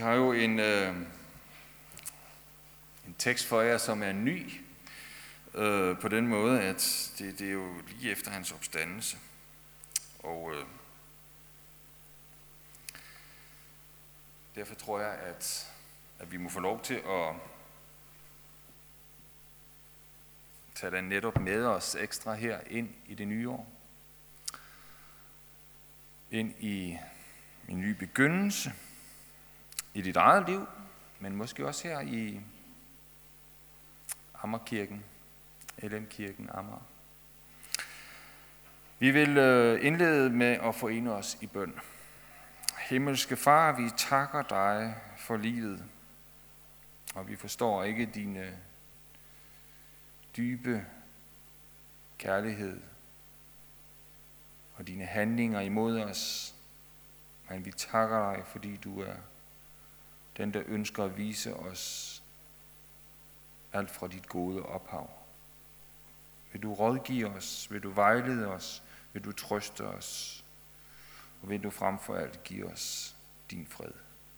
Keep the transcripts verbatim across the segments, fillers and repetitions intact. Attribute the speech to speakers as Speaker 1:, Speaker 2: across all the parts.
Speaker 1: Jeg har jo en, øh, en tekst for jer, som er ny, øh, på den måde, at det, det er jo lige efter hans opstandelse. Og øh, derfor tror jeg, at, at vi må få lov til at tage den netop med os ekstra her ind i det nye år. Ind i en ny begyndelse i dit eget liv, men måske også her i Amagerkirken, L M-kirken Amager. Vi vil indlede med at forene os i bøn. Himmelske Far, vi takker dig for livet, og vi forstår ikke dine dybe kærlighed og dine handlinger imod os, men vi takker dig, fordi du er den, der ønsker at vise os alt fra dit gode ophav. Vil du rådgive os? Vil du vejlede os? Vil du trøste os? Og vil du frem for alt give os din fred?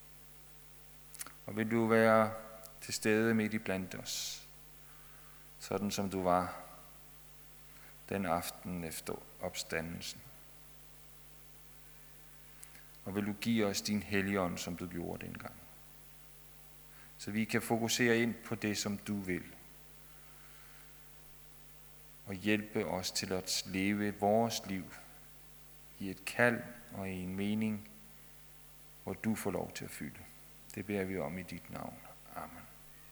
Speaker 1: Og vil du være til stede midt i blandt os, sådan som du var den aften efter opstandelsen? Og vil du give os din Helligånd, som du gjorde dengang? Så vi kan fokusere ind på det, som du vil. Og hjælpe os til at leve vores liv i et kald og i en mening, hvor du får lov til at fylde. Det beder vi om i dit navn. Amen.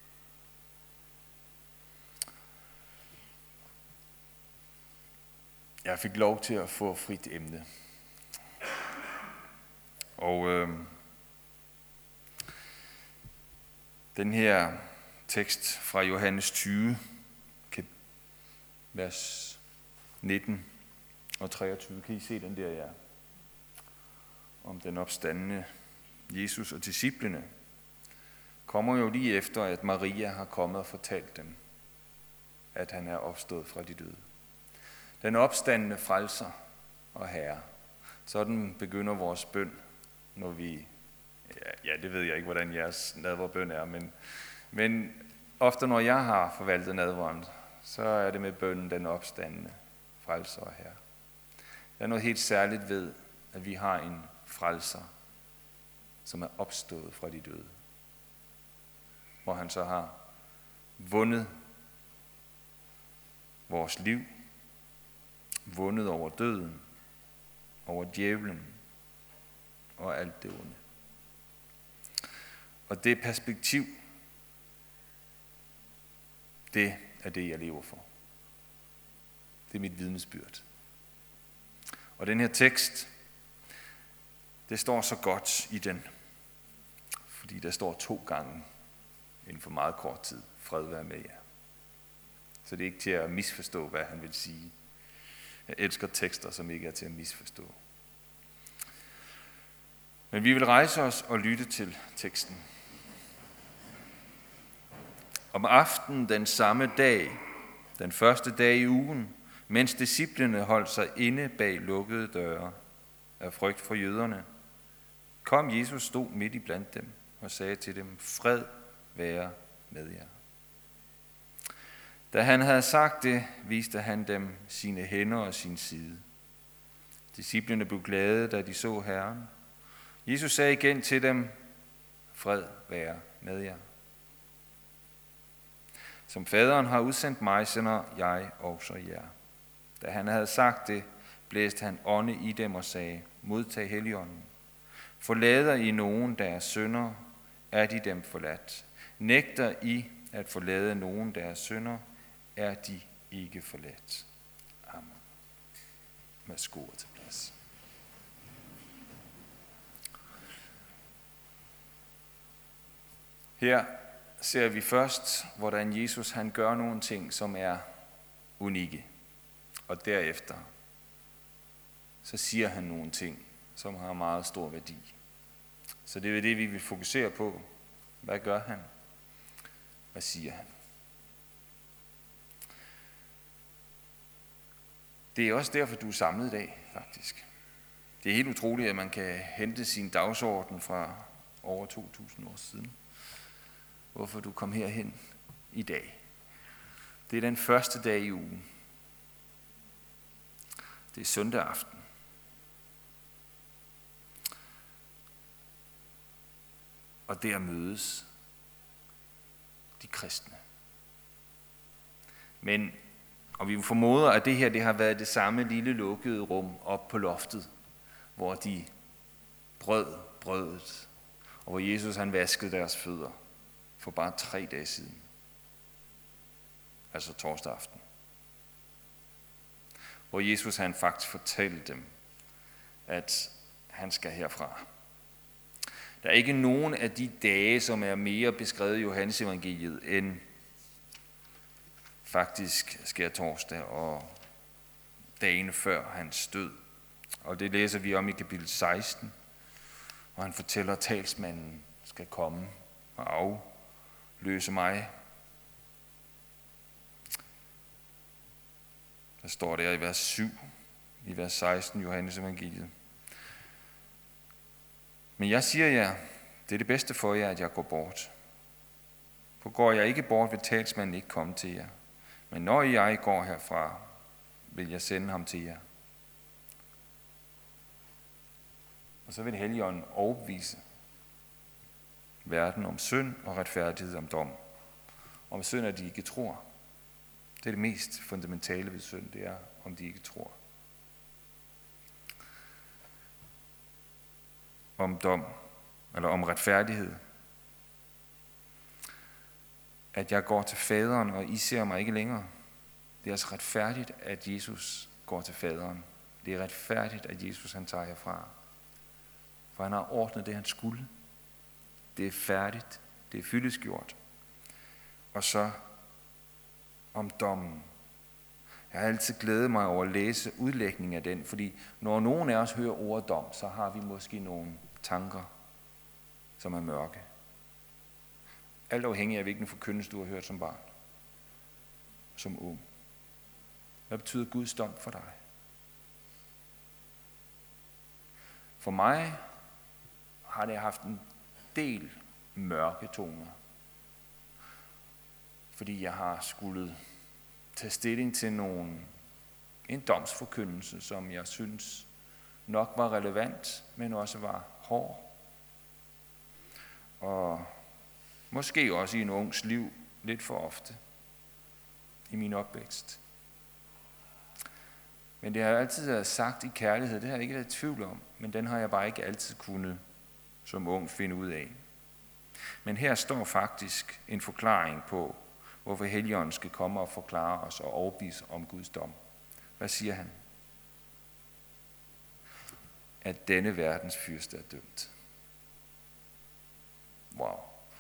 Speaker 1: Jeg fik lov til at få frit emne. Og øh, den her tekst fra Johannes tyve, vers nitten og treogtyve, kan I se den der, ja, om den opstandende Jesus og disciplene, kommer jo lige efter, at Maria har kommet og fortalt dem, at han er opstået fra de døde. Den opstandende frelser og herre. Sådan begynder vores bøn, når vi, ja, det ved jeg ikke, hvordan jeres nadverbøn er, men, men ofte når jeg har forvaltet nadveren, så er det med bønnen den opstandende frelser og herre. Der er noget helt særligt ved, at vi har en frelser, som er opstået fra de døde. Hvor han så har vundet vores liv, vundet over døden, over djævlen og alt det onde. Og det perspektiv, det er det, jeg lever for. Det er mit vidnesbyrd. Og den her tekst, det står så godt i den, fordi der står to gange inden for meget kort tid, fred være med jer. Så det er ikke til at misforstå, hvad han vil sige. Jeg elsker tekster, som ikke er til at misforstå. Men vi vil rejse os og lytte til teksten. Om aftenen den samme dag, den første dag i ugen, mens disciplene holdt sig inde bag lukkede døre af frygt for jøderne, kom Jesus, stod midt i blandt dem og sagde til dem, fred være med jer. Da han havde sagt det, viste han dem sine hænder og sin side. Disciplene blev glade, da de så Herren. Jesus sagde igen til dem, fred være med jer. Som faderen har udsendt mig, sender jeg også jer. Da han havde sagt det, blæste han ånde i dem og sagde, modtag Helligånden. Forlader I nogen, der er synder, er de dem forladt. Nægter I at forlade nogen, der er synder, er de ikke forladt. Amen. Værsgo til plads. Her ser vi først, hvordan Jesus han gør nogle ting, som er unikke. Og derefter, så siger han nogle ting, som har meget stor værdi. Så det er det, vi vil fokusere på. Hvad gør han? Hvad siger han? Det er også derfor, du er samlet i dag, faktisk. Det er helt utroligt, at man kan hente sin dagsorden fra over to tusind år siden. Hvorfor du kom herhen i dag. Det er den første dag i ugen. Det er søndag aften. Og der mødes de kristne. Men, og vi formoder, at det her det har været det samme lille lukkede rum op på loftet, hvor de brød brødet, og hvor Jesus han vaskede deres fødder for bare tre dage siden. Altså torsdag aften. Hvor Jesus han faktisk fortalte dem, at han skal herfra. Der er ikke nogen af de dage, som er mere beskrevet i Johannes evangeliet, end faktisk skærtorsdag og dagene før hans død. Og det læser vi om i kapitel seksten, hvor han fortæller, at talsmanden skal komme og afløse mig. Der står der i vers syv, i vers seksten, Johannes evangeliet. Men jeg siger jer, det er det bedste for jer, at jeg går bort. For går jeg ikke bort, vil talsmanden ikke komme til jer. Men når jeg går herfra, vil jeg sende ham til jer. Og så vil Helligånden overbevise verden om synd og retfærdighed om dom. Om synd, at de ikke tror. Det er det mest fundamentale ved synd, det er, om de ikke tror. Om dom, eller om retfærdighed. At jeg går til faderen, og I ser mig ikke længere. Det er altså retfærdigt, at Jesus går til faderen. Det er retfærdigt, at Jesus han tager herfra. For han har ordnet det, han skulle. Det er færdigt. Det er fyldestgjort. Og så om dommen. Jeg har altid glædet mig over at læse udlægningen af den, fordi når nogen af os hører ordet dom, så har vi måske nogle tanker, som er mørke. Alt afhængig af, hvilken forkyndelse du har hørt som barn, som ung. Hvad betyder Guds dom for dig? For mig har det haft en del mørke toner, fordi jeg har skulle tage stilling til nogle, en domsforkyndelse, som jeg synes nok var relevant, men også var hård. Og måske også i en ungs liv lidt for ofte i min opvækst. Men det har altid været sagt i kærlighed, det har jeg ikke været i tvivl om, men den har jeg bare ikke altid kunnet som ung finde ud af. Men her står faktisk en forklaring på, hvorfor Helligånden skal komme og forklare os og overbevise om Guds dom. Hvad siger han? At denne verdens fyrste er dømt. Wow.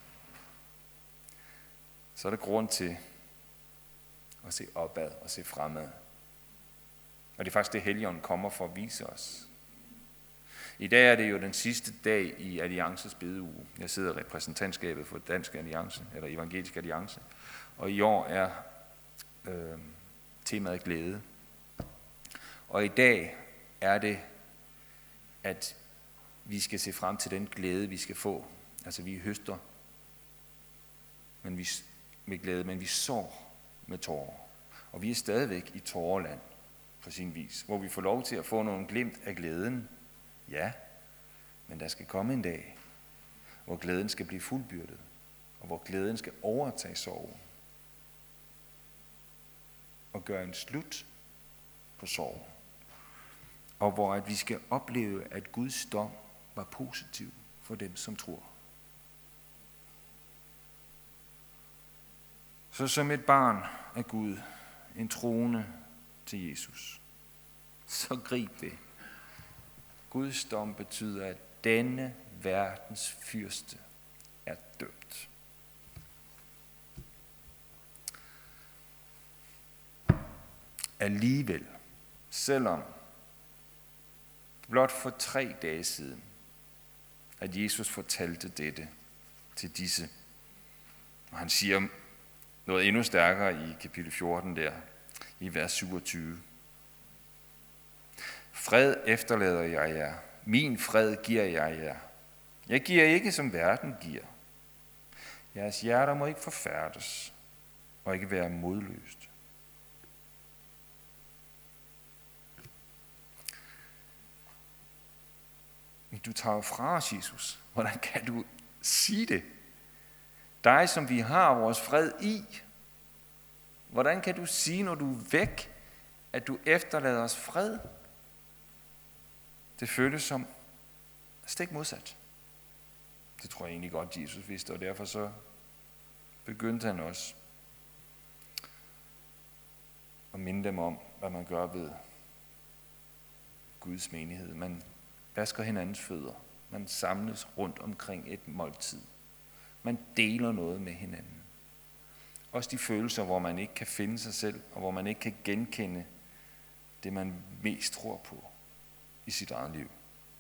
Speaker 1: Så er der grund til at se opad og se fremad. Og det er faktisk det, Helligånden kommer for at vise os. I dag er det jo den sidste dag i Alliances bedeuge. Jeg sidder i repræsentantskabet for Dansk Alliance, eller Evangelisk Alliance. Og i år er øh, temaet glæde. Og i dag er det, at vi skal se frem til den glæde, vi skal få. Altså vi høster men vi, med glæde, men vi sår med tårer. Og vi er stadigvæk i tårerland på sin vis, hvor vi får lov til at få nogle glimt af glæden. Ja, men der skal komme en dag, hvor glæden skal blive fuldbyrdet, og hvor glæden skal overtage sorgen og gøre en slut på sorgen. Og hvor at vi skal opleve, at Guds dom var positiv for dem, som tror. Så som et barn af Gud, en troende til Jesus, så grib det. Guds dom betyder, at denne verdens fyrste er dømt. Alligevel, selvom blot for tre dage siden, at Jesus fortalte dette til disse, og han siger noget endnu stærkere i kapitel fjorten der, i vers syvogtyve. Fred efterlader jeg jer, min fred giver jeg jer. Jeg giver ikke, som verden giver. Jeres hjerter må ikke forfærdes og ikke være modløst. Men du tager jo fra os, Jesus. Hvordan kan du sige det? Dig, som vi har vores fred i. Hvordan kan du sige, når du er væk, at du efterlader os fred? Det føles som stik modsat. Det tror jeg egentlig godt, Jesus vidste, og derfor så begyndte han også at minde dem om, hvad man gør ved Guds menighed. Man vasker hinandens fødder. Man samles rundt omkring et måltid. Man deler noget med hinanden. Også de følelser, hvor man ikke kan finde sig selv, og hvor man ikke kan genkende det, man mest tror på i sit eget liv.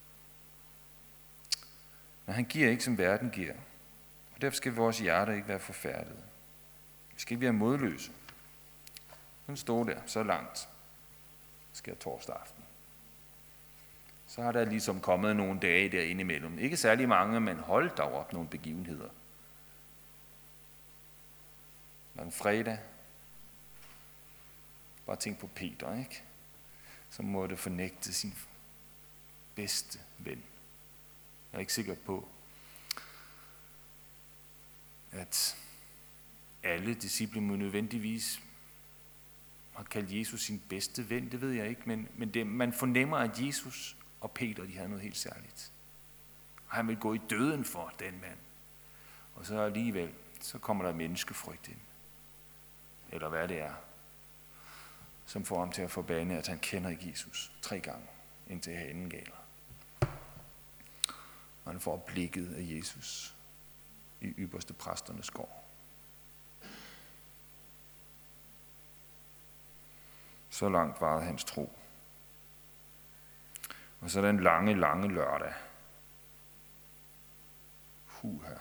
Speaker 1: Men han giver ikke, som verden giver. Og derfor skal vores hjerter ikke være forfærdede. Vi skal ikke være modløse. Nu står der så langt. Skal jeg torsdag aften. Så har der ligesom kommet nogle dage derinde imellem. Ikke særlig mange, men hold dog op nogle begivenheder. Når en fredag, bare tænk på Peter, ikke? Som måtte fornægte sin bedste ven. Jeg er ikke sikker på, at alle disciple må nødvendigvis har kaldt Jesus sin bedste ven, det ved jeg ikke, men, men det, man fornemmer, at Jesus og Peter, de havde noget helt særligt. Og han vil gå i døden for den mand. Og så alligevel, så kommer der menneskefrygt ind. Eller hvad det er, som får ham til at forbande, at han kender ikke Jesus tre gange, indtil hanen galer. Og han får blikket af Jesus i ypperste præsternes gård. Så langt varede hans tro. Og så den lange, lange lørdag. Huha.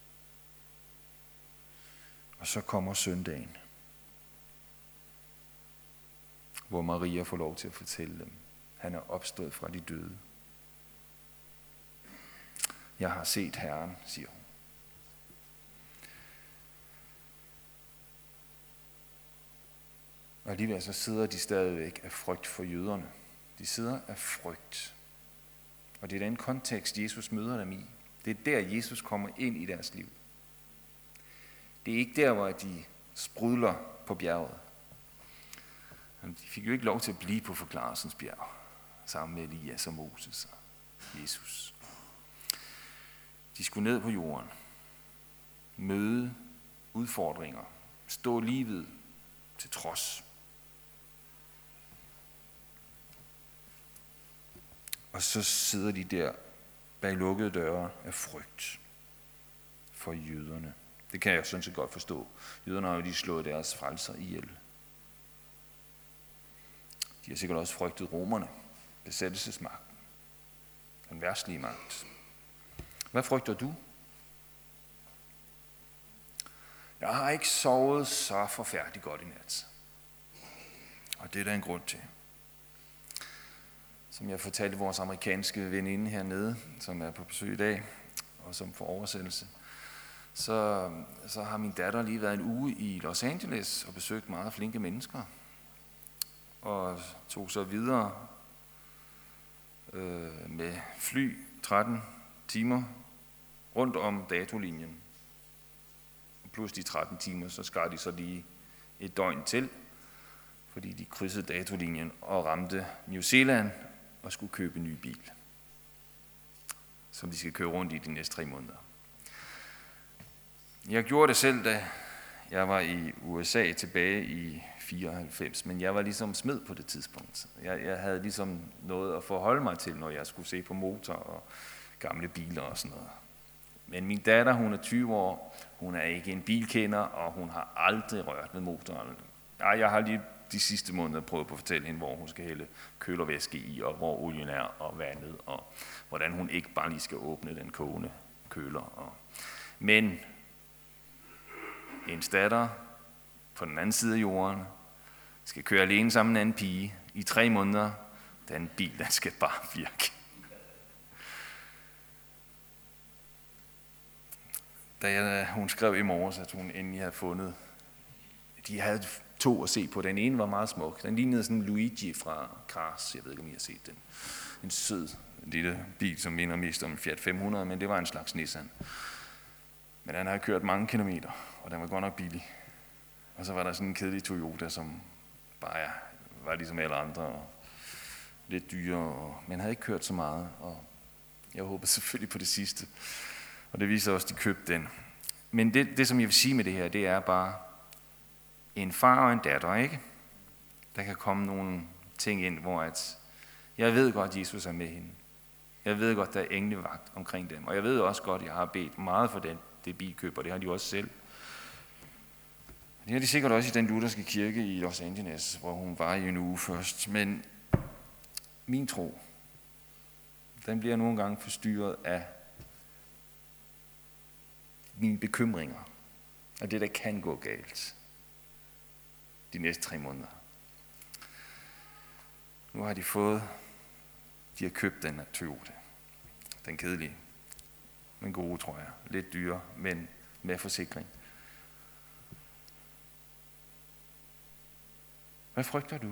Speaker 1: Og så kommer søndagen, hvor Maria får lov til at fortælle dem, han er opstået fra de døde. Jeg har set Herren, siger hun. Og alligevel så sidder de stadigvæk af frygt for jøderne. De sidder af frygt. Og det er den kontekst, Jesus møder dem i. Det er der, Jesus kommer ind i deres liv. Det er ikke der, hvor de sprudler på bjerget. De fik jo ikke lov til at blive på forklarelsens bjerg, sammen med Elias og Moses og Jesus. De skulle ned på jorden, møde udfordringer, stå livet til trods. Og så sidder de der bag lukkede døre af frygt for jøderne. Det kan jeg sådan set godt forstå. Jøderne har jo lige slået deres frelser ihjel. De har sikkert også frygtet romerne, besættelsesmagten, den verdslige magt. Hvad frygter du? Jeg har ikke sovet så forfærdeligt godt i nat. Og det er der en grund til. Som jeg fortalte vores amerikanske veninde hernede, som er på besøg i dag, og som får oversættelse, så, så har min datter lige været en uge i Los Angeles og besøgt meget flinke mennesker. Og tog så videre øh, med fly tretten timer rundt om datolinjen. Og plus de tretten timer, så skar de så lige et døgn til, fordi de krydsede datolinjen og ramte New Zealand og skulle købe en ny bil, som de skal køre rundt i de næste tre måneder. Jeg gjorde det selv, da jeg var i U S A tilbage i fireoghalvfems, men jeg var ligesom smed på det tidspunkt. Jeg, jeg havde ligesom noget at forholde mig til, når jeg skulle se på motor og gamle biler og sådan noget. Men min datter, hun er tyve år, hun er ikke en bilkender, og hun har aldrig rørt med motoren. Jeg har lige de sidste måneder prøvet på at fortælle hende, hvor hun skal hælde kølervæske i, og hvor olien er, og vandet, og hvordan hun ikke bare lige skal åbne den kogende køler. Og men hendes datter på den anden side af jorden skal køre alene sammen med en anden pige i tre måneder. Den bil, den skal bare virke. da jeg, hun skrev i morges, at hun endelig havde fundet, de havde to at se på. Den ene var meget smuk. Den lignede sådan Luigi fra Cars. Jeg ved ikke, om I har set den. En sød lille bil, som minder mest om en Fiat fem hundrede, men det var en slags Nissan. Men den havde kørt mange kilometer, og den var godt nok billig. Og så var der sådan en kedelig Toyota, som bare ja, var ligesom alle andre, og lidt dyrere, og, men havde ikke kørt så meget, og jeg håber selvfølgelig på det sidste. Og det viser også, at de købte den. Men det, det, som jeg vil sige med det her, det er bare en far og en datter, ikke? Der kan komme nogle ting ind, hvor at, jeg ved godt, at Jesus er med hende. Jeg ved godt, der er englevagt omkring dem. Og jeg ved også godt, at jeg har bedt meget for den, det bilkøb, og det har de også selv. Det har de sikkert også i den lutherske kirke i Los Angeles, hvor hun var i en uge først. Men min tro, den bliver nogle gange forstyrret af mine bekymringer, og det, der kan gå galt de næste tre måneder. Nu har de fået, de har købt den her Toyota. Den kedelige, men gode, tror jeg. Lidt dyre, men med forsikring. Hvad frygter du?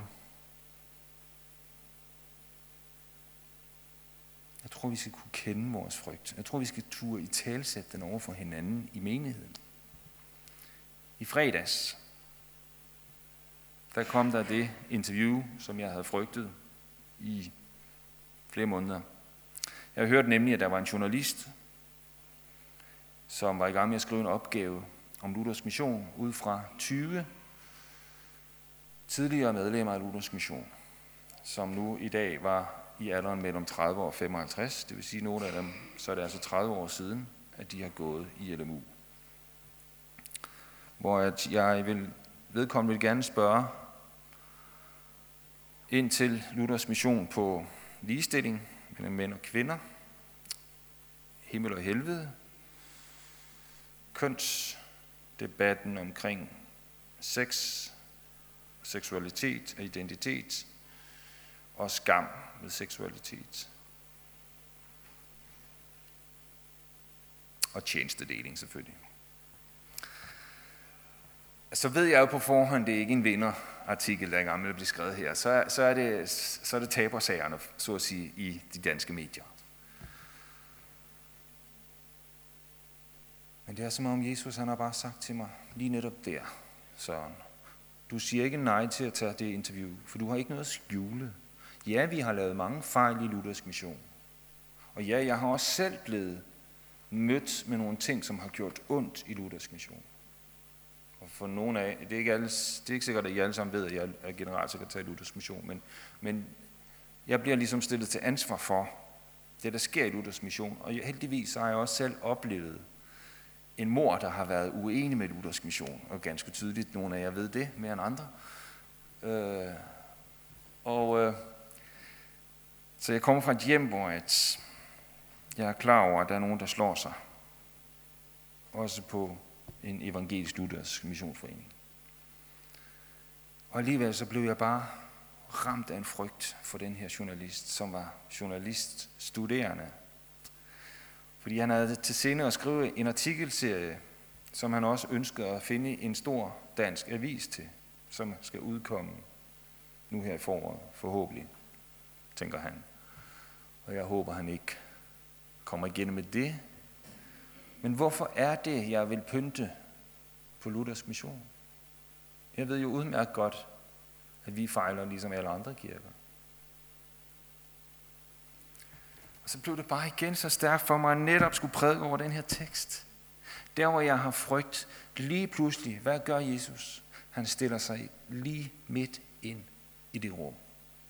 Speaker 1: Jeg tror, vi skal kunne kende vores frygt. Jeg tror, vi skal turde i talsætte den over for hinanden i menigheden. I fredags, der kom der det interview, som jeg havde frygtet i flere måneder. Jeg har hørt nemlig, at der var en journalist, som var i gang med at skrive en opgave om Luthers mission ud fra tyve tidligere medlemmer af Luthers mission, som nu i dag var i alderen mellem tredive og femoghalvtreds, det vil sige nogle af dem, så er det altså tredive år siden, at de har gået i L M U. Hvor at jeg vil vedkommende vil gerne spørge ind til Luthers mission på ligestilling mellem mænd og kvinder, himmel og helvede, kønsdebatten omkring sex, seksualitet og identitet, og skam ved seksualitet. Og tjenestedeling selvfølgelig. Så ved jeg jo på forhånd, det er ikke en vinderartikel, der er gammel, der bliver skrevet her. Så, så, er det, så er det tabersagerne, så at sige, i de danske medier. Men det er som om Jesus, han har bare sagt til mig, lige netop der, Søren. Du siger ikke nej til at tage det interview, for du har ikke noget at skjule. Ja, vi har lavet mange fejl i Luthers mission. Og ja, jeg har også selv blevet mødt med nogle ting, som har gjort ondt i Luthers mission. Og for nogle af, det er ikke, alle, det er ikke sikkert, at I alle sammen ved, at jeg er generalsekretær i Luthers mission, men, men jeg bliver ligesom stillet til ansvar for det, der sker i Luthers mission. Og heldigvis har jeg også selv oplevet en mor, der har været uenig med Luthers mission, og ganske tydeligt, nogle af jer ved det mere end andre. Øh, og øh, så jeg kommer fra et hjem, hvor at jeg er klar over, at der er nogen, der slår sig. Også på en evangelisk luthersk missionsforening. Og alligevel så blev jeg bare ramt af en frygt for den her journalist, som var journaliststuderende. Fordi han havde til sinde at skrive en artikelserie, som han også ønskede at finde en stor dansk avis til, som skal udkomme nu her i foråret, forhåbentlig, tænker han. Og jeg håber, han ikke kommer igennem med det. Men hvorfor er det, jeg vil pynte på Luthers mission? Jeg ved jo udmærket godt, at vi fejler ligesom alle andre kirker. Og så blev det bare igen så stærkt for mig, at netop skulle prædike over den her tekst. Der, hvor jeg har frygt, lige pludselig, hvad gør Jesus? Han stiller sig lige midt ind i det rum.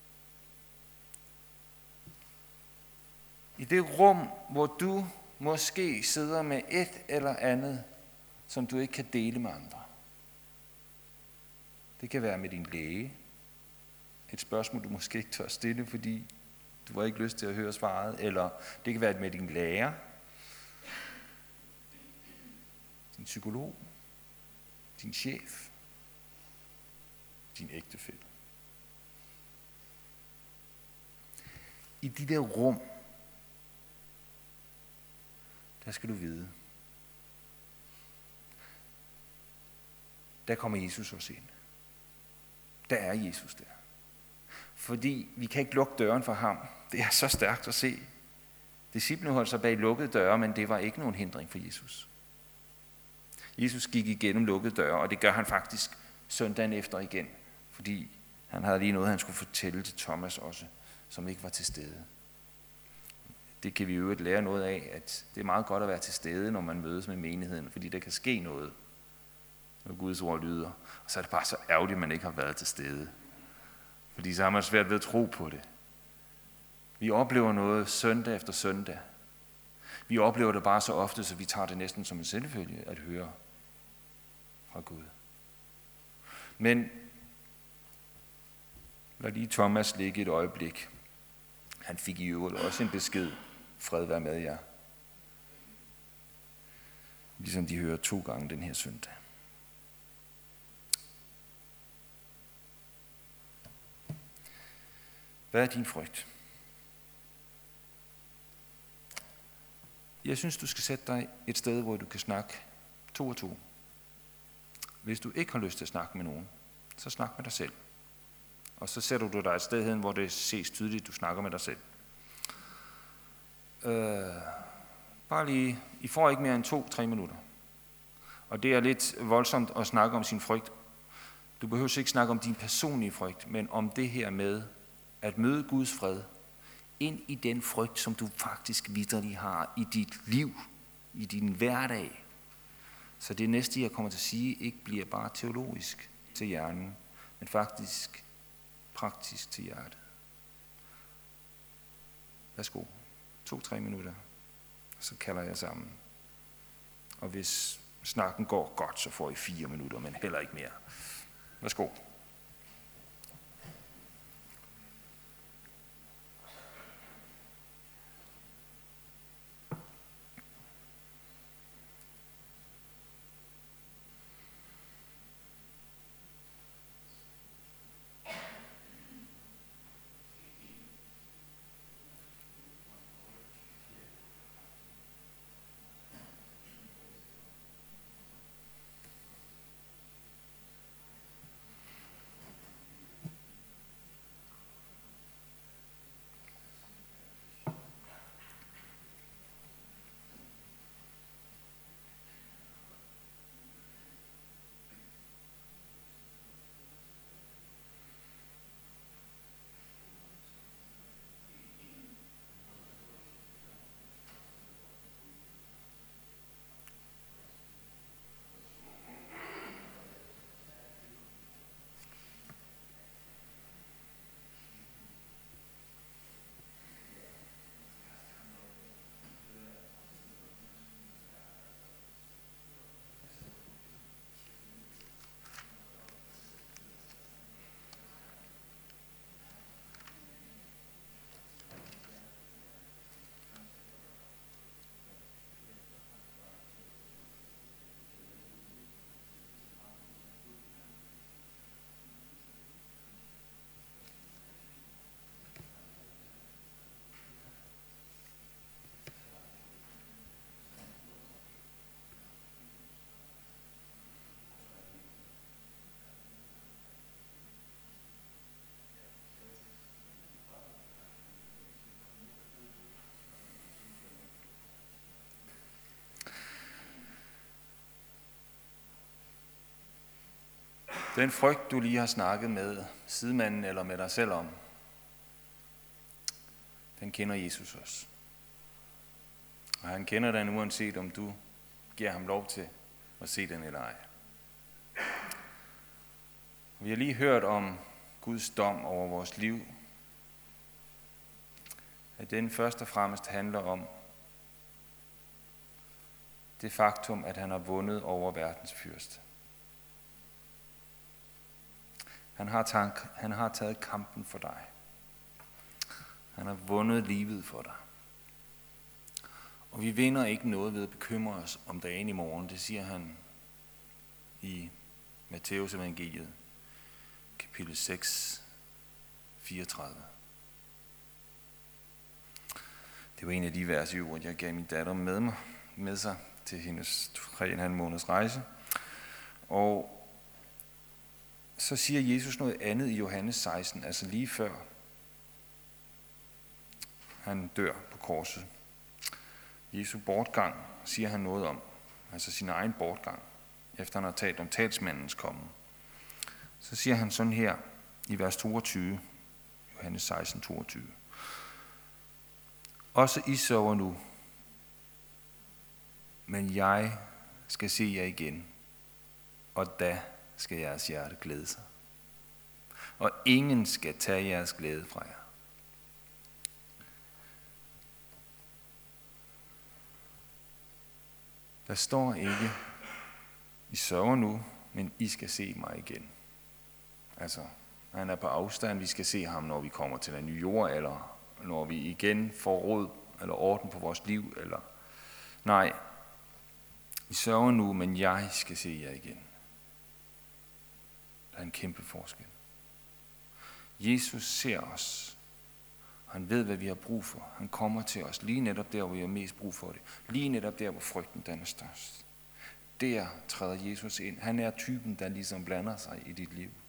Speaker 1: I det rum, hvor du måske sidder med et eller andet, som du ikke kan dele med andre. Det kan være med din læge. Et spørgsmål, du måske ikke tør stille, fordi du har ikke lyst til at høre svaret. Eller det kan være med din lærer, din psykolog, din chef, din ægtefælle. I de der rum, der skal du vide, der kommer Jesus også ind. Der er Jesus der. Fordi vi kan ikke lukke døren for ham. Det er så stærkt at se. Disciplene holdt sig bag lukkede døre, men det var ikke nogen hindring for Jesus. Jesus gik igennem lukkede døre, og det gør han faktisk søndagen efter igen. Fordi han havde lige noget, han skulle fortælle til Thomas også, som ikke var til stede. Det kan vi jo øvrigt lære noget af, at det er meget godt at være til stede, når man mødes med menigheden, fordi der kan ske noget, når Guds ord lyder. Og så er det bare så ærgerligt, at man ikke har været til stede. Fordi så har man svært ved at tro på det. Vi oplever noget søndag efter søndag. Vi oplever det bare så ofte, så vi tager det næsten som en selvfølge at høre fra Gud. Men lad lige Thomas ligge et øjeblik. Han fik i øvrigt også en besked. Fred være med jer. Ligesom de hører to gange den her søndag. Hvad er din frygt? Jeg synes, du skal sætte dig et sted, hvor du kan snakke to og to. Hvis du ikke har lyst til at snakke med nogen, så snak med dig selv. Og så sætter du dig et sted hen, hvor det ses tydeligt, at du snakker med dig selv. Øh, bare lige, I får ikke mere end to-tre minutter. Og det er lidt voldsomt at snakke om sin frygt. Du behøver ikke snakke om din personlige frygt, men om det her med at møde Guds fred ind i den frygt, som du faktisk vitterligt har i dit liv, i din hverdag. Så det næste, jeg kommer til at sige, ikke bliver bare teologisk til hjernen, men faktisk praktisk til hjertet. Værsgo. To-tre minutter, så kalder jeg sammen. Og hvis snakken går godt, så får I fire minutter, men heller ikke mere. Værsgo. Den frygt, du lige har snakket med sidemanden eller med dig selv om, den kender Jesus også. Og han kender den uanset om du giver ham lov til at se den eller ej. Vi har lige hørt om Guds dom over vores liv. At den først og fremmest handler om det faktum, at han har vundet over verdens fyrste. Han har, tank, han har taget kampen for dig. Han har vundet livet for dig. Og vi vinder ikke noget ved at bekymre os om dagen i morgen. Det siger han i Matteus evangeliet, kapitel seks, fireogtredive. Det var en af de vers, hvor jeg gav min datter med mig med sig til hendes tre og en halv måneds rejse. Og så siger Jesus noget andet i Johannes seksten, altså lige før han dør på korset. Jesu bortgang siger han noget om, altså sin egen bortgang, efter han har talt om talsmandens komme. Så siger han sådan her i vers toogtyve, Johannes seksten, toogtyve. Også I sørger nu, men jeg skal se jer igen, og da skal jeres hjerte glæde sig. Og ingen skal tage jeres glæde fra jer. Der står ikke, I sørger nu, men I skal se mig igen. Altså, han er på afstand, vi skal se ham, når vi kommer til den nye jord, eller når vi igen får råd eller orden på vores liv, eller nej, I sørger nu, men jeg skal se jer igen. Der er en kæmpe forskel. Jesus ser os. Han ved, hvad vi har brug for. Han kommer til os lige netop der, hvor vi har mest brug for det. Lige netop der, hvor frygten den er størst. Der træder Jesus ind. Han er typen, der ligesom blander sig i dit liv.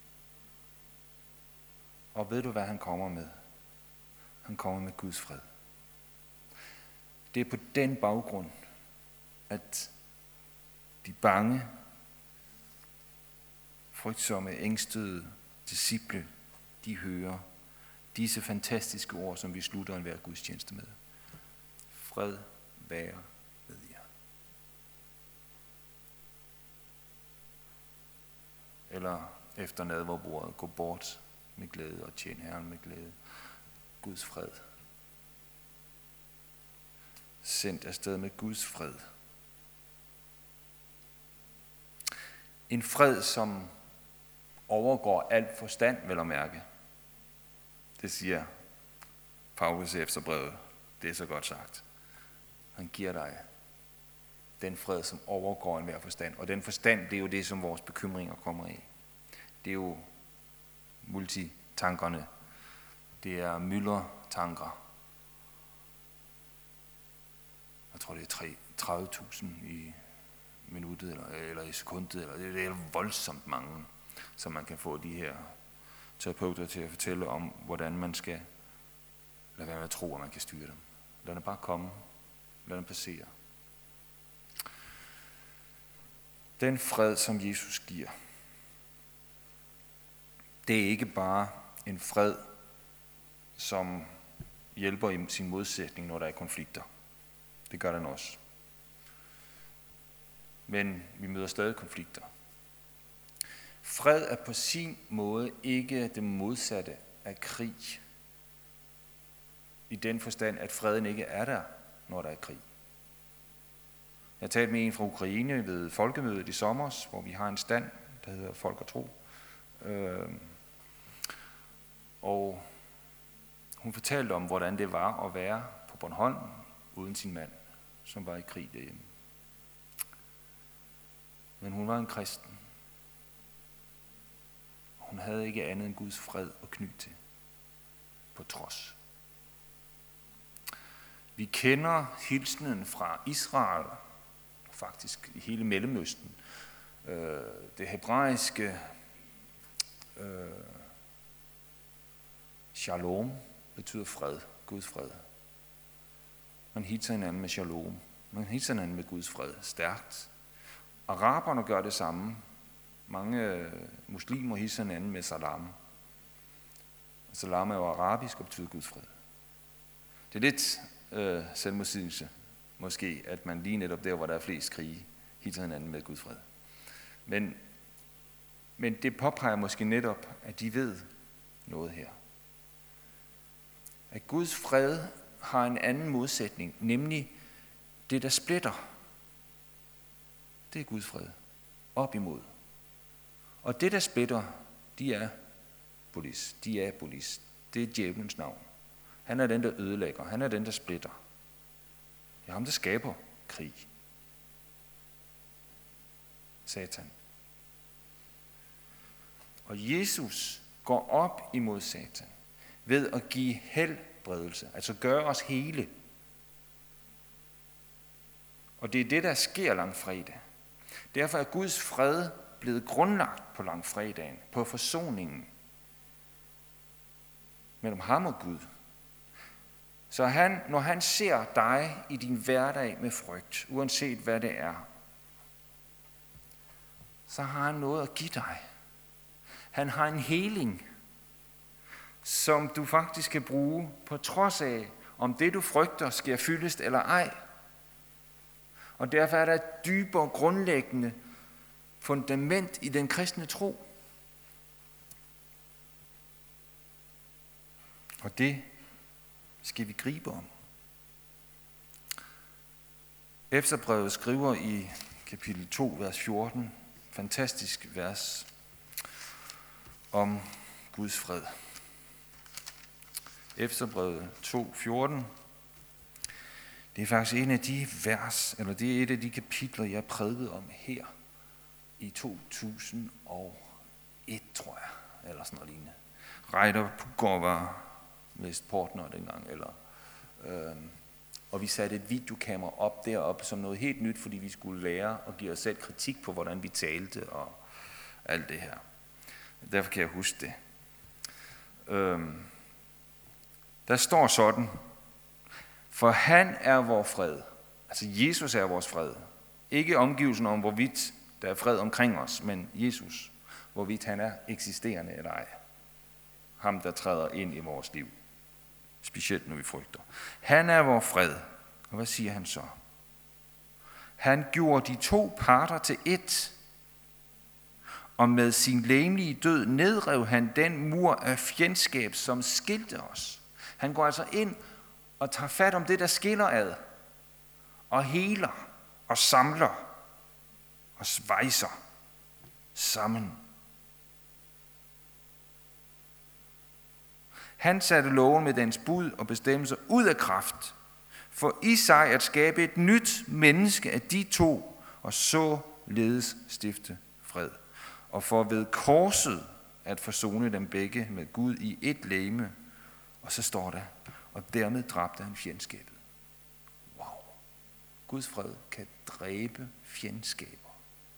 Speaker 1: Og ved du, hvad han kommer med? Han kommer med Guds fred. Det er på den baggrund, at de bange, frygtsomme, ængstede disciple, de hører disse fantastiske ord, som vi slutter enhver gudstjeneste med. Fred være med jer. Eller efter nadverbordet, gå bort med glæde og tjen Herren med glæde. Guds fred. Sendt afsted med Guds fred. En fred, som overgår alt forstand, vel at mærke. Det siger Paulus i Efterbrevet. Det er så godt sagt. Han giver dig den fred, som overgår enhver forstand. Og den forstand, det er jo det, som vores bekymringer kommer i. Det er jo multitankerne. Det er myldertanker. Jeg tror, det er tredive tusind i minuttet eller, eller i sekundet. Eller, det er voldsomt mange, som man kan få de her terapeuter til at fortælle om, hvordan man skal lade være med at tro, at man kan styre dem. Lad dem bare komme. Lad dem passere. Den fred, som Jesus giver, det er ikke bare en fred, som hjælper i sin modsætning, når der er konflikter. Det gør den også. Men vi møder stadig konflikter. Fred er på sin måde ikke det modsatte af krig. I den forstand, at freden ikke er der, når der er krig. Jeg har talt med en fra Ukraine ved folkemødet i sommer, hvor vi har en stand, der hedder Folk og Tro. Øh, og hun fortalte om, hvordan det var at være på Bornholm uden sin mand, som var i krig derhjemme. Men hun var en kristen. Hun havde ikke andet end Guds fred at knytte til, på trods. Vi kender hilsenen fra Israel, faktisk i hele Mellemøsten. Det hebraiske øh, shalom betyder fred, Guds fred. Man hilser hinanden med shalom. Man hilser hinanden med Guds fred, stærkt. Araberne gør det samme. Mange muslimer hilser hinanden med salam. Salam er jo arabisk og betyder Guds fred. Det er lidt øh, selvmodsigelse, måske, at man lige netop der, hvor der er flest krige, hilser hinanden med Guds fred. Men, men det påpeger måske netop, at de ved noget her. At Guds fred har en anden modsætning, nemlig det, der splitter. Det er Guds fred. Op imod. Og det, der splitter, de er polis. De er polis. Det er djævelens navn. Han er den, der ødelægger. Han er den, der splitter. Det er ham, der skaber krig. Satan. Og Jesus går op imod Satan ved at give helbredelse, altså gøre os hele. Og det er det, der sker langfredag. Derfor er Guds fred blevet grundlagt på langfredagen, på forsoningen mellem ham og Gud. Så han, når han ser dig i din hverdag med frygt, uanset hvad det er, så har han noget at give dig. Han har en heling, som du faktisk kan bruge på trods af, om det du frygter sker fyldest eller ej. Og derfor er der et dybere grundlæggende fundament i den kristne tro. Og det skal vi gribe om. Efterbrevet skriver i kapitel to, vers fjorten, fantastisk vers om Guds fred. Efterbrevet to, fjorten. Det er faktisk en af de vers, eller det er et af de kapitler, jeg prædikede om her i to tusind og et, tror jeg, eller sådan noget lignende. Reiter Puggaard var vist partner dengang, eller, øhm, og vi satte et videokamera op deroppe som noget helt nyt, fordi vi skulle lære og give os selv kritik på, hvordan vi talte og alt det her. Derfor kan jeg huske det. Øhm, der står sådan, for han er vor fred. Altså Jesus er vores fred. Ikke omgivelsen om, hvorvidt der er fred omkring os, men Jesus, hvorvidt han er eksisterende eller ej. Ham, der træder ind i vores liv. Specielt når vi frygter. Han er vor fred. Og hvad siger han så? Han gjorde de to parter til ét. Og med sin legemlige død nedrev han den mur af fjendskab, som skilte os. Han går altså ind og tager fat om det, der skiller ad. Og heler og samler og svejser sammen. Han satte loven med dens bud og bestemmelser ud af kraft, for i sig at skabe et nyt menneske af de to, og således stifte fred. Og for ved korset at forsone dem begge med Gud i et legeme. Og så står der, og dermed dræbte han fjendskabet. Wow. Guds fred kan dræbe fjendskaber.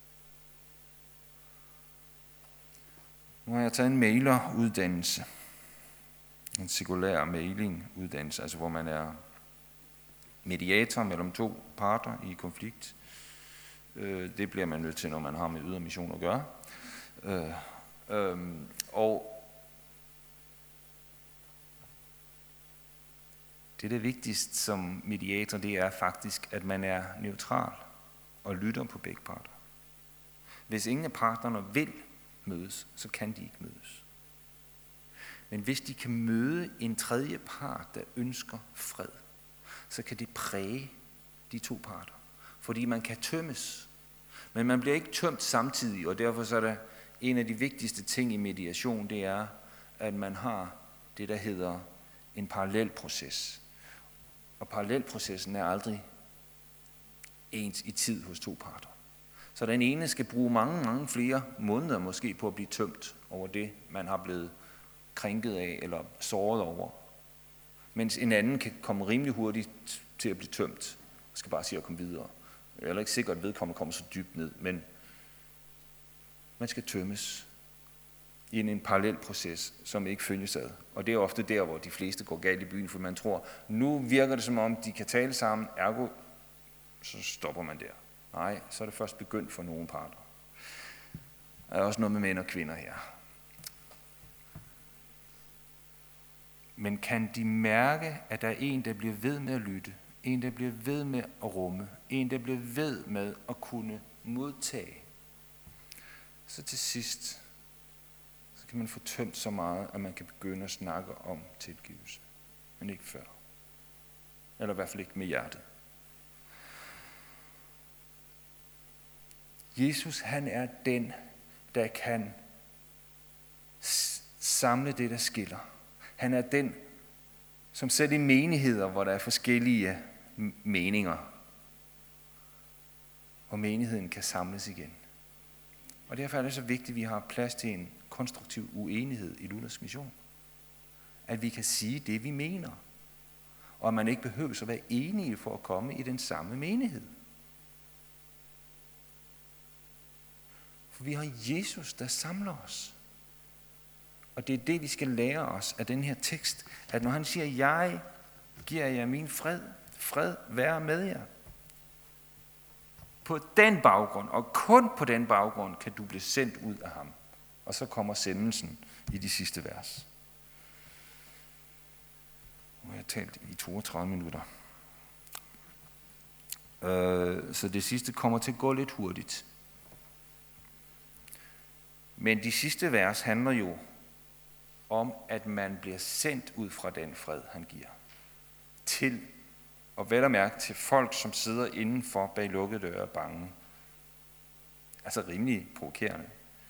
Speaker 1: Nu har jeg taget en maileruddannelse. En sekulær mailinguddannelse, altså hvor man er mediator mellem to parter i konflikt. Det bliver man nødt til, når man har med ydre mission at gøre. Og det, der er vigtigst som mediator, det er faktisk, at man er neutral og lytter på begge parter. Hvis ingen af parterne vil mødes, så kan de ikke mødes. Men hvis de kan møde en tredje part, der ønsker fred, så kan det præge de to parter. Fordi man kan tømmes, men man bliver ikke tømt samtidig, og derfor så er der en af de vigtigste ting i mediation, det er, at man har det, der hedder en parallelproces. Og parallelprocessen er aldrig ens i tid hos to parter. Så den ene skal bruge mange, mange flere måneder måske på at blive tømt over det, man har blevet krænket af eller såret over. Mens en anden kan komme rimelig hurtigt til at blive tømt. Jeg skal bare sige at komme videre. Jeg er heller ikke sikkert, at vedkommende kommer så dybt ned, men man skal tømmes i en, en parallel proces, som ikke følges ad. Og det er ofte der, hvor de fleste går galt i byen, for man tror, nu virker det som om, de kan tale sammen, ergo, så stopper man der. Nej, så er det først begyndt for nogle parter. Der er også noget med mænd og kvinder her. Men kan de mærke, at der er en, der bliver ved med at lytte, en, der bliver ved med at rumme, en, der bliver ved med at kunne modtage, så til sidst, så kan man få tømt så meget, at man kan begynde at snakke om tilgivelse. Men ikke før. Eller i hvert fald ikke med hjertet. Jesus, han er den, der kan samle det, der skiller. Han er den, som selv i menigheder, hvor der er forskellige meninger, hvor menigheden kan samles igen. Og derfor er det så vigtigt, at vi har plads til en konstruktiv uenighed i Luthersk Mission. At vi kan sige det, vi mener. Og at man ikke behøver at være enige for at komme i den samme menighed. For vi har Jesus, der samler os. Og det er det, vi skal lære os af den her tekst. At når han siger, jeg giver jer min fred, fred være med jer. På den baggrund, og kun på den baggrund, kan du blive sendt ud af ham. Og så kommer sendelsen i de sidste vers. Nu har jeg talt i toogtredive minutter. Så det sidste kommer til at gå lidt hurtigt. Men de sidste vers handler jo om, at man bliver sendt ud fra den fred, han giver. Til, og vel at mærke til folk, som sidder indenfor bag lukkede døre bange. Altså rimelig provokerende.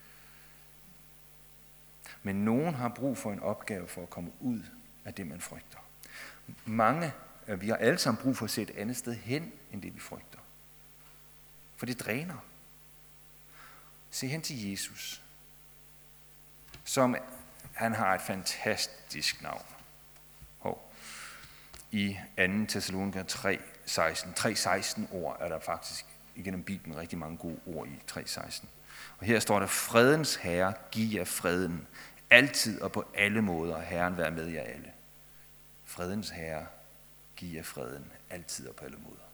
Speaker 1: Men nogen har brug for en opgave for at komme ud af det, man frygter. Mange, vi har alle sammen brug for at se et andet sted hen, end det vi frygter. For det dræner. Se hen til Jesus, som han har et fantastisk navn. Hov. I anden Thessaloniker tre seksten. tre seksten ord er der faktisk igennem Bibelen rigtig mange gode ord i tre seksten. Og her står der, fredens herre giver freden, altid og på alle måder, Herren være med jer alle. Fredens herre giver freden, altid og på alle måder.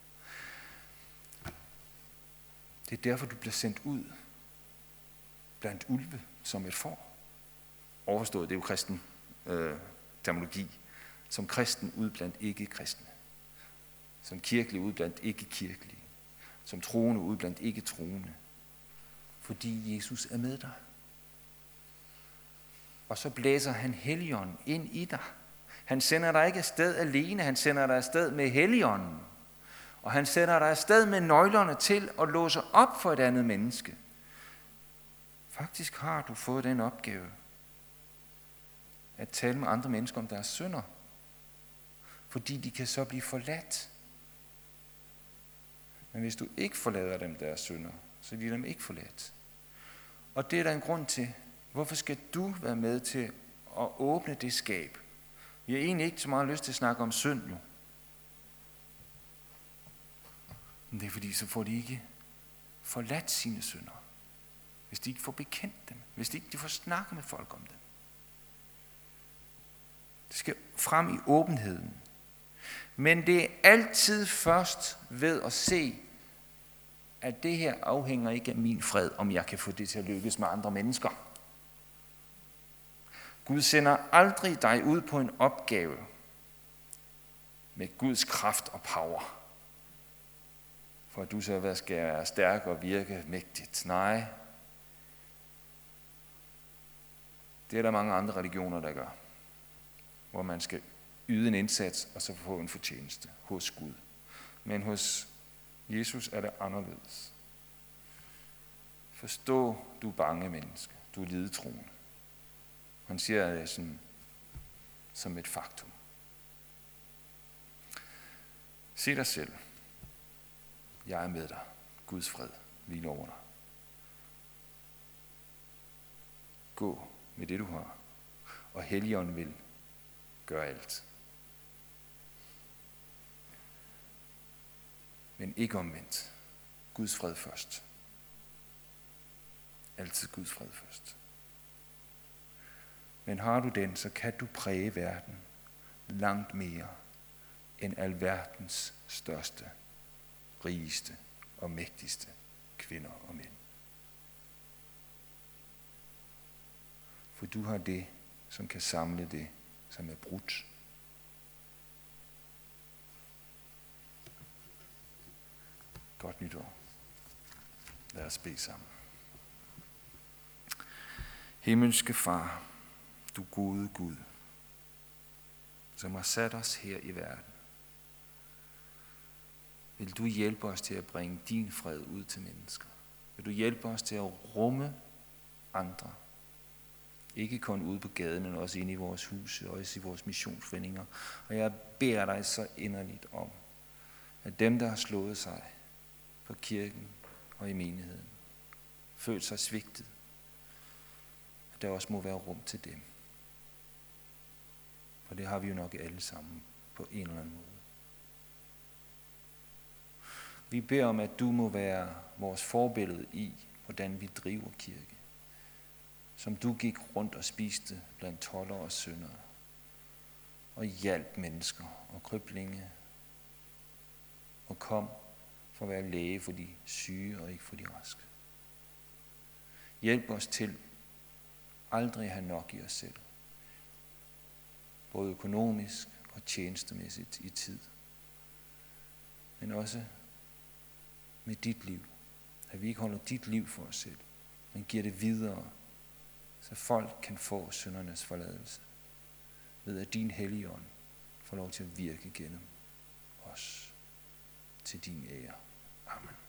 Speaker 1: Det er derfor, du bliver sendt ud blandt ulve som et får. Overforstået, det er jo kristen øh, terminologi. Som kristen ud blandt ikke-kristne. Som kirkelig ud blandt ikke-kirkelige. Som troende ud blandt ikke-troende. Fordi Jesus er med dig. Og så blæser han Helligånden ind i dig. Han sender dig ikke afsted alene, han sender dig afsted med Helligånden. Og han sender dig afsted med nøglerne til at låse op for et andet menneske. Faktisk har du fået den opgave at tale med andre mennesker om deres synder. Fordi de kan så blive forladt. Men hvis du ikke forlader dem deres synder, så bliver dem ikke forladt. Og det er der en grund til. Hvorfor skal du være med til at åbne det skab? Vi har egentlig ikke så meget lyst til at snakke om synd nu. Men det er fordi, så får de ikke forladt sine synder. Hvis de ikke får bekendt dem. Hvis de ikke de får snakket med folk om dem. Det skal frem i åbenheden. Men det er altid først ved at se, at det her afhænger ikke af min fred, om jeg kan få det til at lykkes med andre mennesker. Gud sender aldrig dig ud på en opgave med Guds kraft og power, for at du så skal være stærk og virke mægtigt. Nej, det er der mange andre religioner, der gør, hvor man skal yde en indsats og så få en fortjeneste hos Gud. Men hos Jesus er det anderledes. Forstå, du er bange menneske. Du er lidetroende. Han siger det sådan, som et faktum. Se dig selv. Jeg er med dig. Guds fred hviler over dig. Gå med det, du har. Og Helligånden vil gøre alt. Men ikke omvendt. Guds fred først. Altid Guds fred først. Men har du den, så kan du præge verden langt mere end alverdens største, rigeste og mægtigste kvinder og mænd. For du har det, som kan samle det, som er brudt. Godt nytår. Lad os bede sammen. Himmelske Far, du gode Gud, som har sat os her i verden. Vil du hjælpe os til at bringe din fred ud til mennesker? Vil du hjælpe os til at rumme andre? Ikke kun ude på gaden, men også inde i vores huse og også i vores missionsforeninger. Og jeg beder dig så inderligt om, at dem, der har slået sig på kirken og i menigheden, følt sig svigtet, at der også må være rum til dem. For det har vi jo nok alle sammen på en eller anden måde. Vi beder om, at du må være vores forbillede i, hvordan vi driver kirke. Som du gik rundt og spiste blandt toldere og syndere, og hjalp mennesker og kryblinge, og kom for at være læge for de syge og ikke for de raske. Hjælp os til aldrig at have nok i os selv, både økonomisk og tjenestemæssigt i tid, men også med dit liv. At vi ikke holder dit liv for os selv, men giver det videre, så folk kan få syndernes forladelse, ved at din hellige ånd får lov til at virke gennem os til din ære. Amen.